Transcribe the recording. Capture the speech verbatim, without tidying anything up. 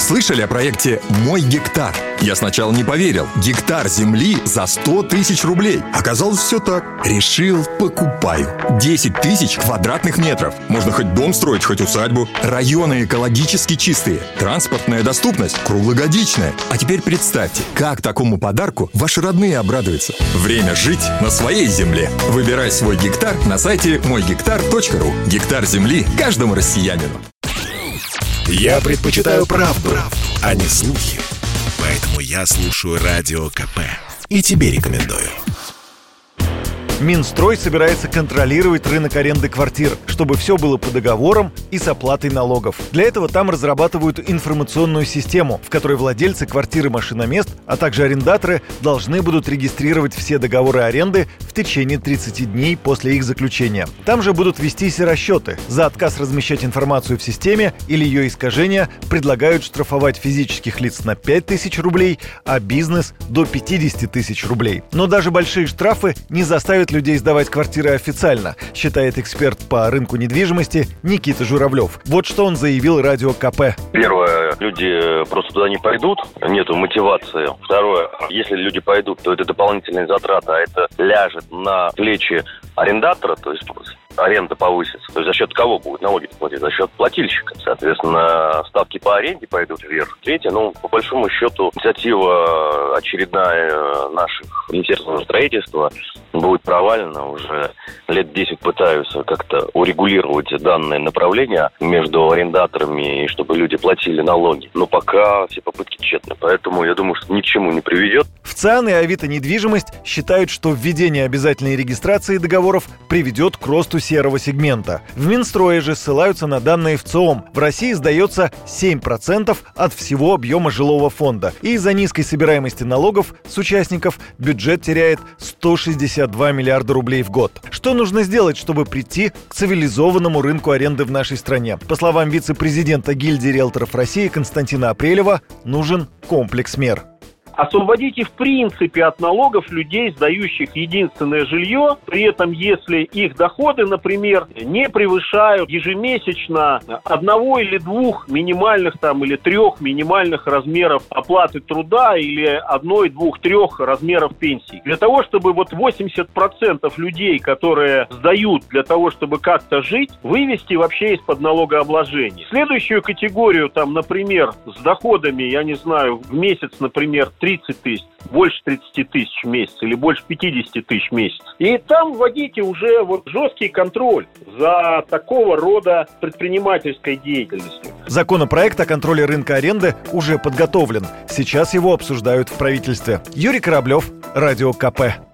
Слышали о проекте «Мой гектар»? Я сначала не поверил. Гектар земли за сто тысяч рублей. Оказалось, все так. Решил, покупаю. десять тысяч квадратных метров. Можно хоть дом строить, хоть усадьбу. Районы экологически чистые. Транспортная доступность круглогодичная. А теперь представьте, как такому подарку ваши родные обрадуются. Время жить на своей земле. Выбирай свой гектар на сайте мой гектар точка ру. Гектар земли каждому россиянину. Я предпочитаю правду, правду, а не слухи. Поэтому я слушаю Радио КП. И тебе рекомендую. Минстрой собирается контролировать рынок аренды квартир, чтобы все было по договорам и с оплатой налогов. Для этого там разрабатывают информационную систему, в которой владельцы квартир и машиномест, а также арендаторы должны будут регистрировать все договоры аренды в течение тридцати дней после их заключения. Там же будут вестись и расчеты. За отказ размещать информацию в системе или ее искажение предлагают штрафовать физических лиц на пять тысяч рублей, а бизнес до пятидесяти тысяч рублей. Но даже большие штрафы не заставят людей сдавать квартиры официально, считает эксперт по рынку недвижимости Никита Журавлев. Вот что он заявил Радио КП. Первое, люди просто туда не пойдут, нету мотивации. Второе, если люди пойдут, то это дополнительные затраты, а это ляжет на плечи арендатора, то есть аренда повысится. То есть за счет кого будут налоги платить? За счет плательщика. Соответственно, ставки по аренде пойдут вверх. Третье, ну, по большому счету, инициатива очередная наших Министерства строительства будет провалена. Уже лет десять пытаются как-то урегулировать данное направление между арендаторами, и чтобы люди платили налоги. Но пока все попытки тщетны. Поэтому я думаю, что ни к чему не приведет. В ЦИАН и Авито недвижимость считают, что введение обязательной регистрации договоров приведет к росту серого сегмента. В Минстрое же ссылаются на данные в ЦИОМ. В России сдается семь процентов от всего объема жилого фонда. И из-за низкой собираемости налогов с участников бюджет теряет сто шестьдесят два миллиарда рублей в год. Что нужно сделать, чтобы прийти к цивилизованному рынку аренды в нашей стране? По словам вице-президента гильдии риэлторов России Константина Апрелева, нужен комплекс мер. Освободите в принципе от налогов людей, сдающих единственное жилье, при этом если их доходы, например, не превышают ежемесячно одного или двух минимальных там или трех минимальных размеров оплаты труда или одной, двух, трех размеров пенсии. Для того, чтобы вот восемьдесят процентов людей, которые сдают для того, чтобы как-то жить, вывести вообще из-под налогообложения. Следующую категорию, там, например, с доходами, я не знаю, в месяц, например, тридцать тысяч, больше тридцати тысяч в месяц или больше пятидесяти тысяч в месяц. И там вводите уже вот жесткий контроль за такого рода предпринимательской деятельностью. Законопроект о контроле рынка аренды уже подготовлен. Сейчас его обсуждают в правительстве. Юрий Кораблев, Радио КП.